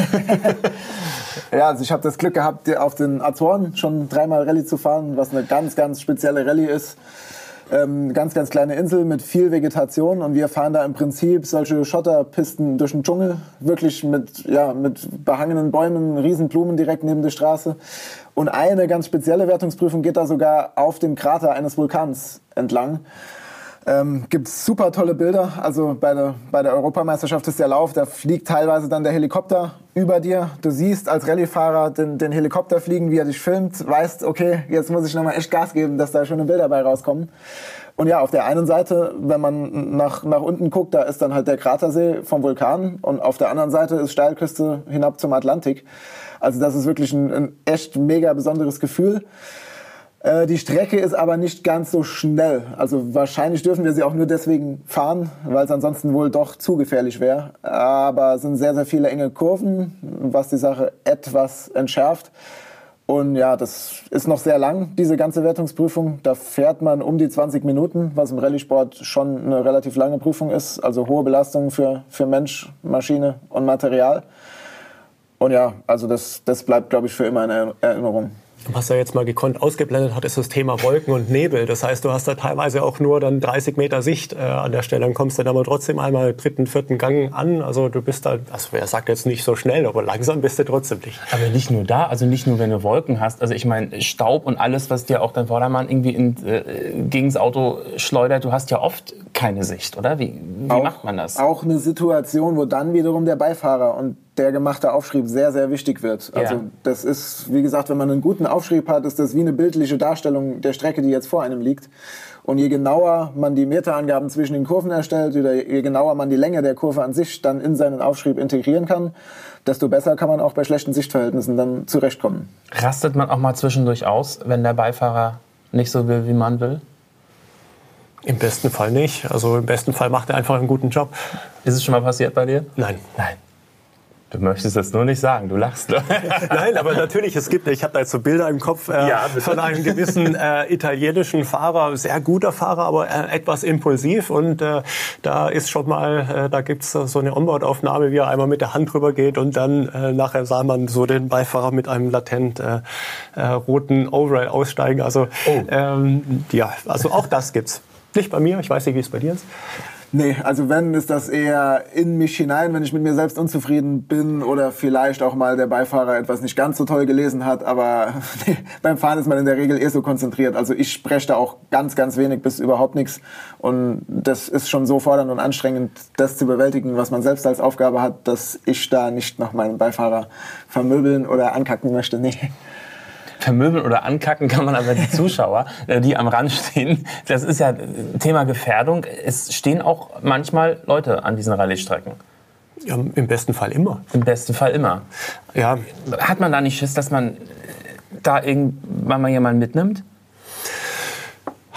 Ja, also ich habe das Glück gehabt, auf den Azoren schon dreimal Rallye zu fahren, was eine ganz, ganz spezielle Rallye ist. Ähm, ganz, ganz kleine Insel mit viel Vegetation und wir fahren da im Prinzip solche Schotterpisten durch den Dschungel, wirklich mit, ja, mit behangenen Bäumen, Riesenblumen direkt neben der Straße. Und eine ganz spezielle Wertungsprüfung geht da sogar auf dem Krater eines Vulkans entlang. Ähm, gibt's super tolle Bilder. Also bei der, bei der Europameisterschaft ist der Lauf, da fliegt teilweise dann der Helikopter über dir. Du siehst als Rallyefahrer den, den Helikopter fliegen, wie er dich filmt, weißt, okay, jetzt muss ich nochmal echt Gas geben, dass da schöne Bilder bei rauskommen. Und ja, auf der einen Seite, wenn man nach, nach unten guckt, da ist dann halt der Kratersee vom Vulkan und auf der anderen Seite ist Steilküste hinab zum Atlantik. Also das ist wirklich ein, ein echt mega besonderes Gefühl. Die Strecke ist aber nicht ganz so schnell. Also wahrscheinlich dürfen wir sie auch nur deswegen fahren, weil es ansonsten wohl doch zu gefährlich wäre. Aber es sind sehr, sehr viele enge Kurven, was die Sache etwas entschärft. Und ja, das ist noch sehr lang, diese ganze Wertungsprüfung. Da fährt man um die zwanzig Minuten, was im Rallye-Sport schon eine relativ lange Prüfung ist. Also hohe Belastungen für, für Mensch, Maschine und Material. Und ja, also das, das bleibt, glaube ich, für immer in Erinnerung. Was er jetzt mal gekonnt ausgeblendet hat, ist das Thema Wolken und Nebel. Das heißt, du hast da teilweise auch nur dann dreißig Meter Sicht äh, an der Stelle. Dann kommst du dann aber trotzdem einmal dritten, vierten Gang an. Also du bist da, also wer sagt jetzt nicht so schnell, aber langsam bist du trotzdem nicht. Aber nicht nur da, also nicht nur, wenn du Wolken hast. Also ich meine, Staub und alles, was dir auch dein Vordermann irgendwie in, äh, gegen das Auto schleudert, du hast ja oft keine Sicht, oder? Wie, wie auch, macht man das? Auch eine Situation, wo dann wiederum der Beifahrer und der gemachte Aufschrieb sehr, sehr wichtig wird. Also ja. Das ist, wie gesagt, wenn man einen guten Aufschrieb hat, ist das wie eine bildliche Darstellung der Strecke, die jetzt vor einem liegt. Und je genauer man die Meterangaben zwischen den Kurven erstellt, oder je genauer man die Länge der Kurve an sich dann in seinen Aufschrieb integrieren kann, desto besser kann man auch bei schlechten Sichtverhältnissen dann zurechtkommen. Rastet man auch mal zwischendurch aus, wenn der Beifahrer nicht so will, wie man will? Im besten Fall nicht. Also im besten Fall macht er einfach einen guten Job. Ist es schon mal passiert bei dir? Nein. Nein. Du möchtest das nur nicht sagen, du lachst. Nein, aber natürlich, es gibt, ich habe da jetzt so Bilder im Kopf äh, ja, von einem gewissen äh, italienischen Fahrer, sehr guter Fahrer, aber äh, etwas impulsiv und äh, da ist schon mal, äh, da gibt's so eine Onboard-Aufnahme, wie er einmal mit der Hand drüber geht und dann äh, nachher sah man so den Beifahrer mit einem latent äh, äh, roten Overall aussteigen. Also oh. ähm, ja, also auch das gibt's. Nicht bei mir, ich weiß nicht, wie es bei dir ist. Nee, also wenn, ist das eher in mich hinein, wenn ich mit mir selbst unzufrieden bin oder vielleicht auch mal der Beifahrer etwas nicht ganz so toll gelesen hat, aber nee, beim Fahren ist man in der Regel eher so konzentriert. Also ich spreche da auch ganz, ganz wenig bis überhaupt nichts und das ist schon so fordernd und anstrengend, das zu bewältigen, was man selbst als Aufgabe hat, dass ich da nicht noch meinen Beifahrer vermöbeln oder ankacken möchte. Nee. Vermöbeln oder ankacken kann man aber die Zuschauer, die am Rand stehen. Das ist ja Thema Gefährdung. Es stehen auch manchmal Leute an diesen Rallye-Strecken. Ja, im besten Fall immer. Im besten Fall immer. Ja. Hat man da nicht Schiss, dass man da irgendwann mal jemanden mitnimmt?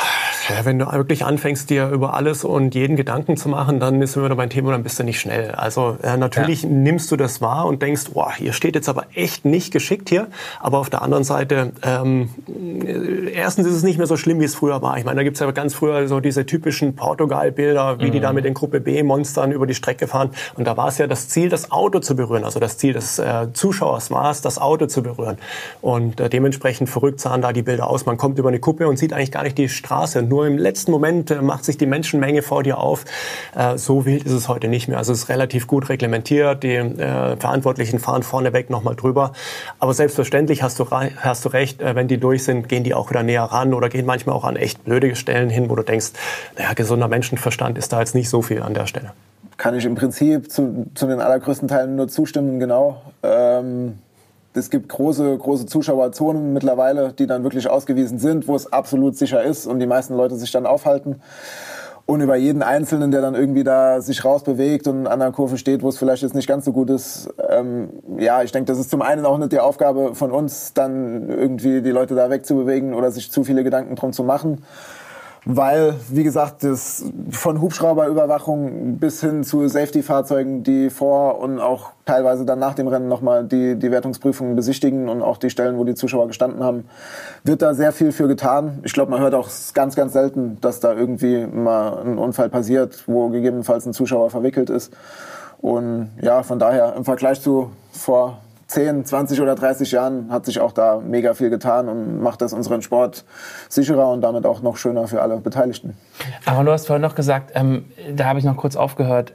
Ja, wenn du wirklich anfängst, dir über alles und jeden Gedanken zu machen, dann ist wieder mein Thema, dann bist du nicht schnell. Also äh, natürlich ja. nimmst du das wahr und denkst, boah, hier steht jetzt aber echt nicht geschickt hier. Aber auf der anderen Seite, ähm, erstens ist es nicht mehr so schlimm, wie es früher war. Ich meine, da gibt's ja ganz früher so diese typischen Portugal-Bilder, wie mhm. die da mit den Gruppe B-Monstern über die Strecke fahren. Und da war es ja das Ziel, das Auto zu berühren. Also das Ziel des äh, Zuschauers war es, das Auto zu berühren. Und äh, dementsprechend verrückt sahen da die Bilder aus. Man kommt über eine Kuppe und sieht eigentlich gar nicht die Straße. Nur im letzten Moment äh, macht sich die Menschenmenge vor dir auf. Äh, so wild ist es heute nicht mehr. Also es ist relativ gut reglementiert. Die äh, Verantwortlichen fahren vorneweg nochmal drüber. Aber selbstverständlich hast du, hast du recht, äh, wenn die durch sind, gehen die auch wieder näher ran oder gehen manchmal auch an echt blöde Stellen hin, wo du denkst, naja, gesunder Menschenverstand ist da jetzt nicht so viel an der Stelle. Kann ich im Prinzip zu, zu den allergrößten Teilen nur zustimmen, genau. Ähm Es gibt große, große Zuschauerzonen mittlerweile, die dann wirklich ausgewiesen sind, wo es absolut sicher ist und die meisten Leute sich dann aufhalten. Und über jeden Einzelnen, der dann irgendwie da sich rausbewegt und an der Kurve steht, wo es vielleicht jetzt nicht ganz so gut ist, ähm, ja, ich denke, das ist zum einen auch nicht die Aufgabe von uns, dann irgendwie die Leute da wegzubewegen oder sich zu viele Gedanken drum zu machen. Weil, wie gesagt, das von Hubschrauberüberwachung bis hin zu Safety-Fahrzeugen, die vor und auch teilweise dann nach dem Rennen nochmal die, die Wertungsprüfungen besichtigen und auch die Stellen, wo die Zuschauer gestanden haben, wird da sehr viel für getan. Ich glaube, man hört auch ganz, ganz selten, dass da irgendwie mal ein Unfall passiert, wo gegebenenfalls ein Zuschauer verwickelt ist. Und ja, von daher im Vergleich zu vor zehn, zwanzig oder dreißig Jahren hat sich auch da mega viel getan und macht das unseren Sport sicherer und damit auch noch schöner für alle Beteiligten. Aber du hast vorhin noch gesagt, ähm, da habe ich noch kurz aufgehört,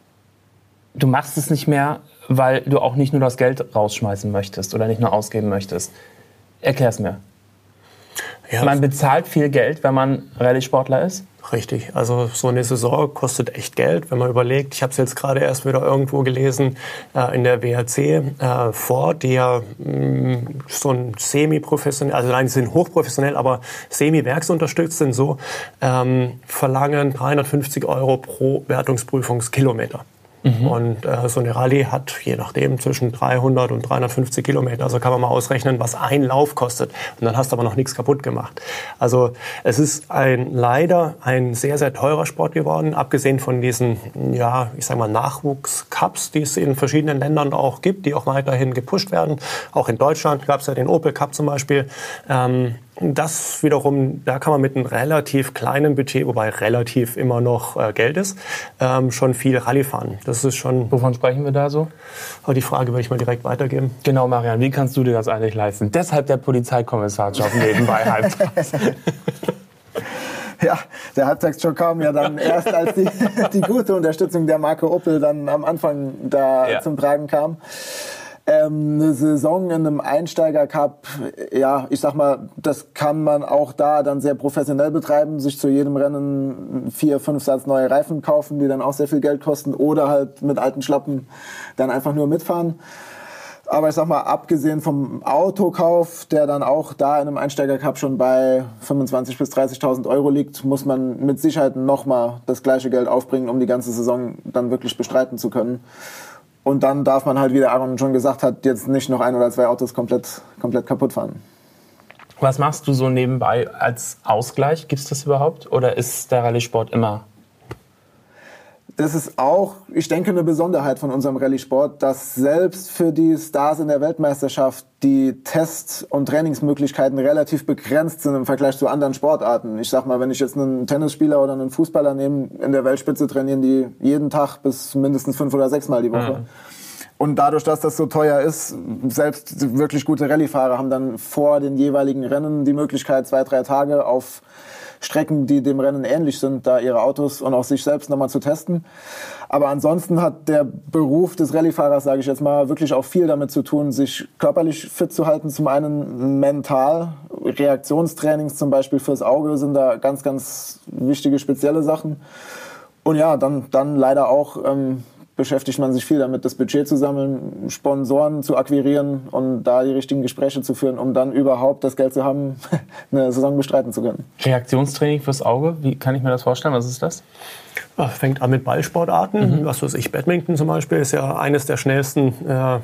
du machst es nicht mehr, weil du auch nicht nur das Geld rausschmeißen möchtest oder nicht nur ausgeben möchtest. Erklär's mir. Ja. Man bezahlt viel Geld, wenn man Rallye-Sportler ist? Richtig, also so eine Saison kostet echt Geld, wenn man überlegt. Ich habe es jetzt gerade erst wieder irgendwo gelesen, äh, in der W R C äh, Ford, die ja mh, so ein semi-professionell, also nein, sie sind hochprofessionell, aber semi-werksunterstützt sind so, ähm, verlangen dreihundertfünfzig Euro pro Wertungsprüfungskilometer. Mhm. Und äh, so eine Rallye hat je nachdem zwischen dreihundert und dreihundertfünfzig Kilometer. Also kann man mal ausrechnen, was ein Lauf kostet. Und dann hast du aber noch nichts kaputt gemacht. Also es ist ein leider ein sehr, sehr teurer Sport geworden. Abgesehen von diesen, ja, ich sag mal Nachwuchs-Cups, die es in verschiedenen Ländern auch gibt, die auch weiterhin gepusht werden. Auch in Deutschland gab es ja den Opel Cup zum Beispiel. Ähm, Das wiederum, da kann man mit einem relativ kleinen Budget, wobei relativ immer noch äh, Geld ist, ähm, schon viel Rallye fahren. Das ist schon. Wovon sprechen wir da so? Aber die Frage würde ich mal direkt weitergeben. Genau, Marian, wie kannst du dir das eigentlich leisten? Deshalb der Polizeikommissarjob nebenbei halbtags. Ja, der Halbtagsjob kam ja dann erst, als die, die gute Unterstützung der Marke Opel dann am Anfang da ja. zum Tragen kam. Ähm, eine Saison in einem Einsteiger-Cup, ja, ich sag mal, das kann man auch da dann sehr professionell betreiben, sich zu jedem Rennen vier, fünf Satz neue Reifen kaufen, die dann auch sehr viel Geld kosten, oder halt mit alten Schlappen dann einfach nur mitfahren. Aber ich sag mal, abgesehen vom Autokauf, der dann auch da in einem Einsteiger-Cup schon bei fünfundzwanzigtausend bis dreißigtausend Euro liegt, muss man mit Sicherheit nochmal das gleiche Geld aufbringen, um die ganze Saison dann wirklich bestreiten zu können. Und dann darf man halt, wie der Aaron schon gesagt hat, jetzt nicht noch ein oder zwei Autos komplett, komplett kaputt fahren. Was machst du so nebenbei als Ausgleich? Gibt es das überhaupt? Oder ist der Rallye-Sport immer? Das ist auch, ich denke, eine Besonderheit von unserem Rallye-Sport, dass selbst für die Stars in der Weltmeisterschaft die Test- und Trainingsmöglichkeiten relativ begrenzt sind im Vergleich zu anderen Sportarten. Ich sag mal, wenn ich jetzt einen Tennisspieler oder einen Fußballer nehme, in der Weltspitze trainieren die jeden Tag bis mindestens fünf oder sechs Mal die Woche. Mhm. Und dadurch, dass das so teuer ist, selbst wirklich gute Rallye-Fahrer haben dann vor den jeweiligen Rennen die Möglichkeit, zwei, drei Tage auf Strecken, die dem Rennen ähnlich sind, da ihre Autos und auch sich selbst nochmal zu testen. Aber ansonsten hat der Beruf des Rallye-Fahrers, sage ich jetzt mal, wirklich auch viel damit zu tun, sich körperlich fit zu halten. Zum einen mental, Reaktionstrainings zum Beispiel fürs Auge sind da ganz, ganz wichtige, spezielle Sachen. Und ja, dann, dann leider auch ähm, beschäftigt man sich viel damit, das Budget zu sammeln, Sponsoren zu akquirieren und da die richtigen Gespräche zu führen, um dann überhaupt das Geld zu haben, eine Saison bestreiten zu können. Reaktionstraining fürs Auge, wie kann ich mir das vorstellen? Was ist das? Fängt an mit Ballsportarten. Mhm. Was weiß ich, Badminton zum Beispiel ist ja eines der schnellsten äh,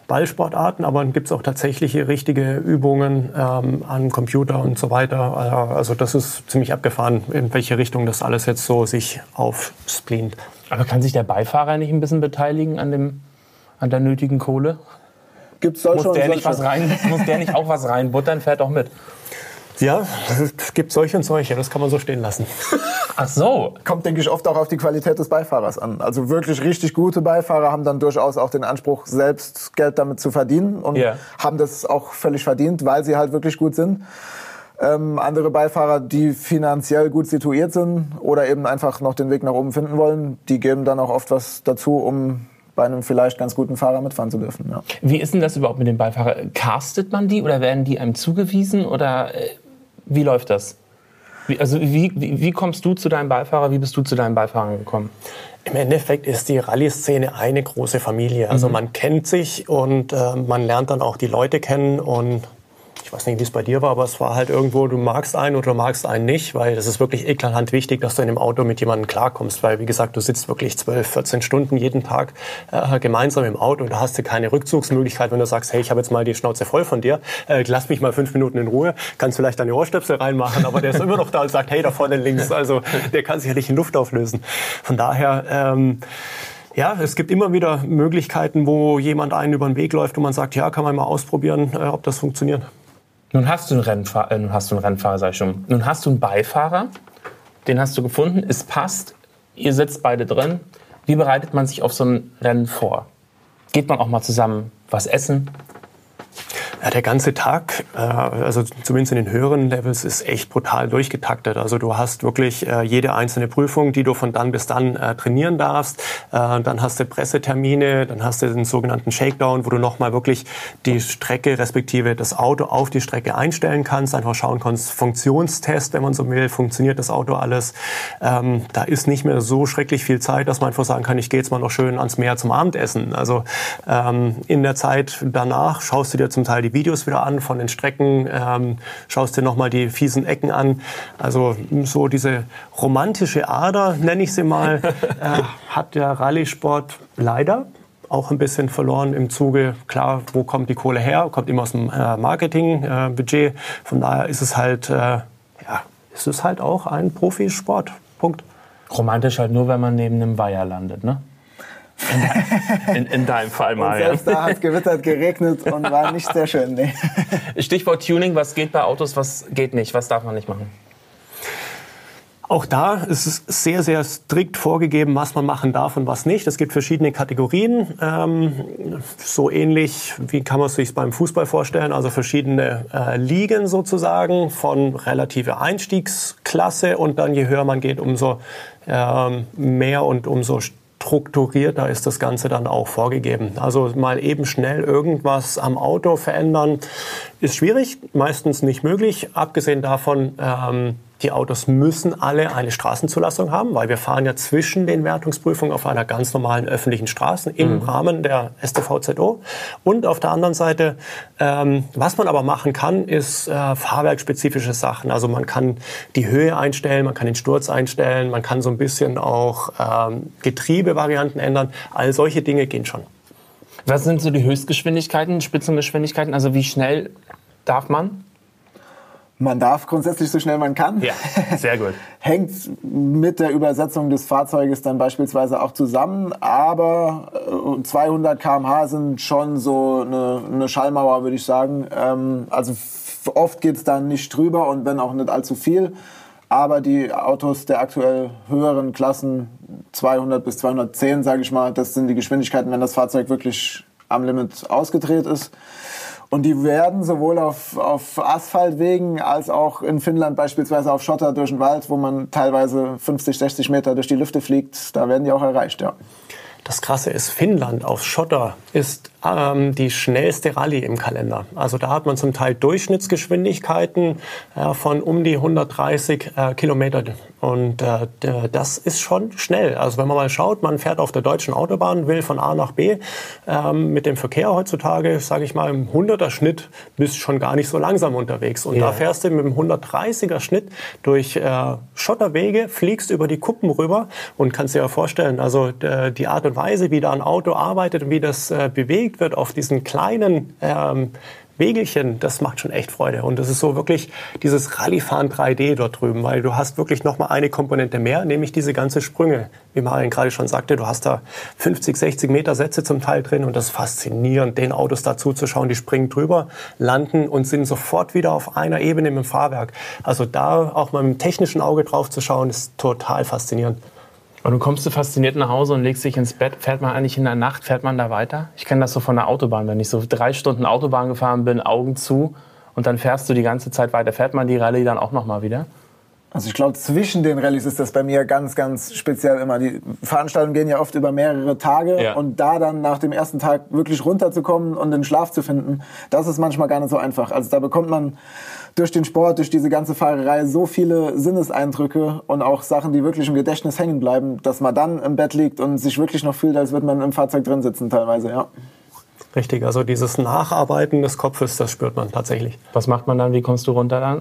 Ballsportarten, aber dann gibt es auch tatsächliche richtige Übungen ähm, am Computer und so weiter. Also das ist ziemlich abgefahren, in welche Richtung das alles jetzt so sich aufsplint. Aber kann sich der Beifahrer nicht ein bisschen beteiligen an, dem, an der nötigen Kohle? Gibt's soll muss, schon, der soll nicht was rein, muss der nicht auch was reinbuttern, fährt doch mit. Ja, es gibt solche und solche, das kann man so stehen lassen. Ach so. Kommt, denke ich, oft auch auf die Qualität des Beifahrers an. Also wirklich richtig gute Beifahrer haben dann durchaus auch den Anspruch, selbst Geld damit zu verdienen und yeah. haben das auch völlig verdient, weil sie halt wirklich gut sind. Ähm, andere Beifahrer, die finanziell gut situiert sind oder eben einfach noch den Weg nach oben finden wollen, die geben dann auch oft was dazu, um bei einem vielleicht ganz guten Fahrer mitfahren zu dürfen. Ja. Wie ist denn das überhaupt mit den Beifahrern? Castet man die oder werden die einem zugewiesen oder äh, wie läuft das? Wie, also wie, wie, wie kommst du zu deinem Beifahrer? Wie bist du zu deinen Beifahrern gekommen? Im Endeffekt ist die Rallye-Szene eine große Familie. Also mhm. man kennt sich und äh, man lernt dann auch die Leute kennen und ich weiß nicht, wie es bei dir war, aber es war halt irgendwo, du magst einen oder du magst einen nicht, weil das ist wirklich eklatant wichtig, dass du in dem Auto mit jemandem klarkommst, weil wie gesagt, du sitzt wirklich zwölf, vierzehn Stunden jeden Tag äh, gemeinsam im Auto und da hast du keine Rückzugsmöglichkeit, wenn du sagst, hey, ich habe jetzt mal die Schnauze voll von dir, äh, lass mich mal fünf Minuten in Ruhe, kannst vielleicht deine Ohrstöpsel reinmachen, aber der ist immer noch da und sagt, hey, da vorne links, also der kann sich ja nicht in Luft auflösen. Von daher, ähm, ja, es gibt immer wieder Möglichkeiten, wo jemand einen über den Weg läuft und man sagt, ja, kann man mal ausprobieren, äh, ob das funktioniert. Nun hast du einen Rennfahrer, äh, nun hast du einen Rennfahrer, sag ich schon. Nun hast du einen Beifahrer, den hast du gefunden, es passt, ihr sitzt beide drin. Wie bereitet man sich auf so ein Rennen vor? Geht man auch mal zusammen was essen? Ja, der ganze Tag, äh, also zumindest in den höheren Levels, ist echt brutal durchgetaktet. Also du hast wirklich äh, jede einzelne Prüfung, die du von dann bis dann äh, trainieren darfst. Äh, dann hast du Pressetermine, dann hast du den sogenannten Shakedown, wo du nochmal wirklich die Strecke respektive das Auto auf die Strecke einstellen kannst. Einfach schauen kannst, Funktionstest, wenn man so will, funktioniert das Auto alles. Ähm, da ist nicht mehr so schrecklich viel Zeit, dass man einfach sagen kann, ich gehe jetzt mal noch schön ans Meer zum Abendessen. Also ähm, in der Zeit danach schaust du dir zum Teil die Videos wieder an von den Strecken, ähm, schaust dir nochmal die fiesen Ecken an. Also so diese romantische Ader, nenne ich sie mal, äh, hat der Rallye-Sport leider auch ein bisschen verloren im Zuge, klar, wo kommt die Kohle her? Kommt immer aus dem äh, Marketingbudget. Äh, Von daher ist es halt, äh, ja, ist es halt auch ein Profisport. Punkt. Romantisch halt nur, wenn man neben einem Weiher landet, ne? In, in, in deinem Fall mal. Und selbst ja. Da hat es gewittert, geregnet und war nicht sehr schön. Nee. Stichwort Tuning, was geht bei Autos, was geht nicht, was darf man nicht machen? Auch da ist es sehr, sehr strikt vorgegeben, was man machen darf und was nicht. Es gibt verschiedene Kategorien, ähm, so ähnlich wie kann man es sich beim Fußball vorstellen, also verschiedene äh, Ligen sozusagen von relative Einstiegsklasse und dann je höher man geht, umso ähm, mehr und umso strukturierter ist das Ganze dann auch vorgegeben. Also mal eben schnell irgendwas am Auto verändern ist schwierig, meistens nicht möglich. Abgesehen davon, ähm, die Autos müssen alle eine Straßenzulassung haben, weil wir fahren ja zwischen den Wertungsprüfungen auf einer ganz normalen öffentlichen Straße im mhm. Rahmen der S T V Z O. Und auf der anderen Seite, ähm, was man aber machen kann, ist äh, fahrwerkspezifische Sachen. Also man kann die Höhe einstellen, man kann den Sturz einstellen, man kann so ein bisschen auch ähm, Getriebevarianten ändern. All solche Dinge gehen schon. Was sind so die Höchstgeschwindigkeiten, Spitzengeschwindigkeiten? Also wie schnell darf man? Man darf grundsätzlich so schnell man kann. Ja, sehr gut. Hängt mit der Übersetzung des Fahrzeuges dann beispielsweise auch zusammen. Aber zweihundert Kilometer pro Stunde sind schon so eine, eine Schallmauer, würde ich sagen. Ähm, also oft geht es dann nicht drüber und wenn auch nicht allzu viel. Aber die Autos der aktuell höheren Klassen, zweihundert bis zweihundertzehn, sage ich mal, das sind die Geschwindigkeiten, wenn das Fahrzeug wirklich am Limit ausgedreht ist. Und die werden sowohl auf, auf Asphaltwegen als auch in Finnland beispielsweise auf Schotter durch den Wald, wo man teilweise fünfzig, sechzig Meter durch die Lüfte fliegt, da werden die auch erreicht, ja. Das Krasse ist, Finnland auf Schotter ist ähm, die schnellste Rallye im Kalender. Also da hat man zum Teil Durchschnittsgeschwindigkeiten äh, von um die hundertdreißig äh, Kilometer. Und äh, das ist schon schnell. Also wenn man mal schaut, man fährt auf der deutschen Autobahn, will von A nach B. Ähm, mit dem Verkehr heutzutage, sage ich mal, im hunderter Schnitt bist du schon gar nicht so langsam unterwegs. Und ja. Da fährst du mit dem hundertdreißiger Schnitt durch äh, Schotterwege, fliegst über die Kuppen rüber und kannst dir ja vorstellen, also äh, die Art und und Weise, wie da ein Auto arbeitet und wie das äh, bewegt wird auf diesen kleinen ähm, Wegelchen, das macht schon echt Freude. Und das ist so wirklich dieses Rallye-Fahren drei D dort drüben, weil du hast wirklich noch mal eine Komponente mehr, nämlich diese ganze Sprünge. Wie Marian gerade schon sagte, du hast da fünfzig, sechzig Meter Sätze zum Teil drin und das ist faszinierend, den Autos dazu zu schauen, die springen drüber, landen und sind sofort wieder auf einer Ebene mit dem Fahrwerk. Also da auch mal mit dem technischen Auge drauf zu schauen, ist total faszinierend. Und du kommst so fasziniert nach Hause und legst dich ins Bett. Fährt man eigentlich in der Nacht, fährt man da weiter? Ich kenne das so von der Autobahn, wenn ich so drei Stunden Autobahn gefahren bin, Augen zu und dann fährst du die ganze Zeit weiter. Fährt man die Rallye dann auch noch mal wieder? Also ich glaube, zwischen den Rallyes ist das bei mir ganz, ganz speziell immer. Die Veranstaltungen gehen ja oft über mehrere Tage ja. und da dann nach dem ersten Tag wirklich runterzukommen und den Schlaf zu finden, das ist manchmal gar nicht so einfach. Also da bekommt man durch den Sport, durch diese ganze Fahrerei so viele Sinneseindrücke und auch Sachen, die wirklich im Gedächtnis hängen bleiben, dass man dann im Bett liegt und sich wirklich noch fühlt, als würde man im Fahrzeug drin sitzen teilweise, ja. Richtig, also dieses Nacharbeiten des Kopfes, das spürt man tatsächlich. Was macht man dann? Wie kommst du runter dann?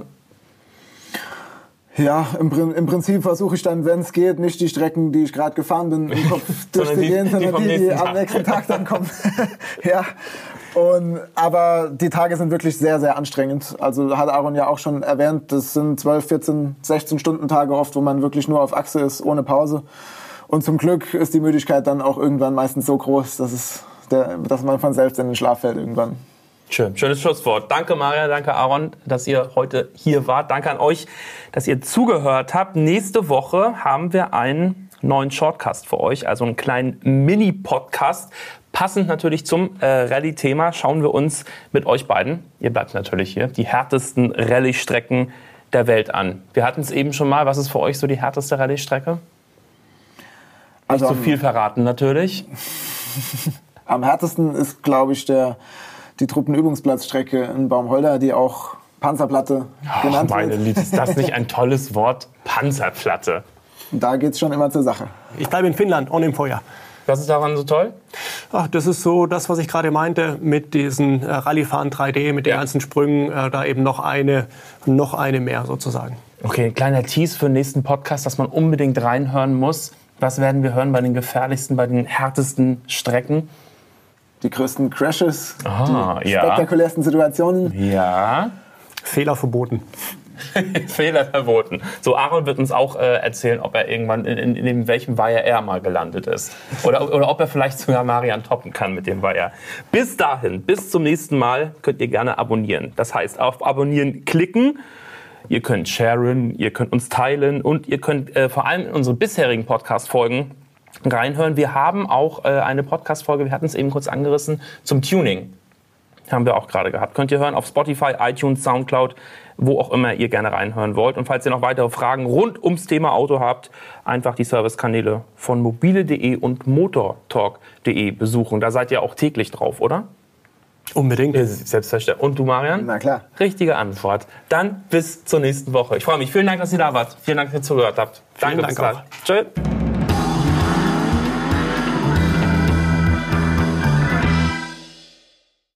Ja, im, im Prinzip versuche ich dann, wenn es geht, nicht die Strecken, die ich gerade gefahren bin, im Kopf durchzugehen, sondern die, die, die am nächsten Tag dann kommen. ja. Und, aber die Tage sind wirklich sehr, sehr anstrengend. Also hat Aaron ja auch schon erwähnt, das sind zwölf, vierzehn, sechzehn Stunden Tage oft, wo man wirklich nur auf Achse ist, ohne Pause. Und zum Glück ist die Müdigkeit dann auch irgendwann meistens so groß, dass, es der, dass man von selbst in den Schlaf fällt irgendwann. Schön, schönes Schlusswort. Danke Maria, danke Aaron, dass ihr heute hier wart. Danke an euch, dass ihr zugehört habt. Nächste Woche haben wir einen neuen Shortcast für euch, also einen kleinen Mini-Podcast. Passend natürlich zum äh, Rallye-Thema schauen wir uns mit euch beiden, ihr bleibt natürlich hier, die härtesten Rallye-Strecken der Welt an. Wir hatten es eben schon mal. Was ist für euch so die härteste Rallye-Strecke? Also Nicht zu viel verraten natürlich. Am härtesten ist, glaube ich, der, die Truppenübungsplatzstrecke in Baumholder, die auch Panzerplatte Ach, genannt meine wird. Liebe, ist das nicht ein tolles Wort? Panzerplatte. Da geht es schon immer zur Sache. Ich bleibe in Finnland und im Feuer. Was ist daran so toll? Ach, das ist so das, was ich gerade meinte, mit diesen äh, Rallye-Fahren drei D, mit den Ja. ganzen Sprüngen, äh, da eben noch eine, noch eine mehr sozusagen. Okay, ein kleiner Tease für den nächsten Podcast, dass man unbedingt reinhören muss. Was werden wir hören bei den gefährlichsten, bei den härtesten Strecken? Die größten Crashes, Ah, die ja. spektakulärsten Situationen. Ja. Fehler verboten. Fehler verboten. So, Aaron wird uns auch äh, erzählen, ob er irgendwann in, in, in welchem Weiher er mal gelandet ist. Oder, oder ob er vielleicht sogar Marian toppen kann mit dem Weiher. Bis dahin, bis zum nächsten Mal könnt ihr gerne abonnieren. Das heißt, auf Abonnieren klicken. Ihr könnt sharen, ihr könnt uns teilen und ihr könnt äh, vor allem in unsere bisherigen Podcast-Folgen reinhören. Wir haben auch äh, eine Podcast-Folge, wir hatten es eben kurz angerissen, zum Tuning. Haben wir auch gerade gehabt. Könnt ihr hören auf Spotify, iTunes, Soundcloud, wo auch immer ihr gerne reinhören wollt. Und falls ihr noch weitere Fragen rund ums Thema Auto habt, einfach die Servicekanäle von mobile punkt de und motortalk punkt de besuchen. Da seid ihr auch täglich drauf, oder? Unbedingt. Selbstverständlich. Und du, Marian? Na klar. Richtige Antwort. Dann bis zur nächsten Woche. Ich freue mich. Vielen Dank, dass ihr da wart. Vielen Dank, dass ihr zugehört habt. Danke, Dank bis dann. auch. Tschö.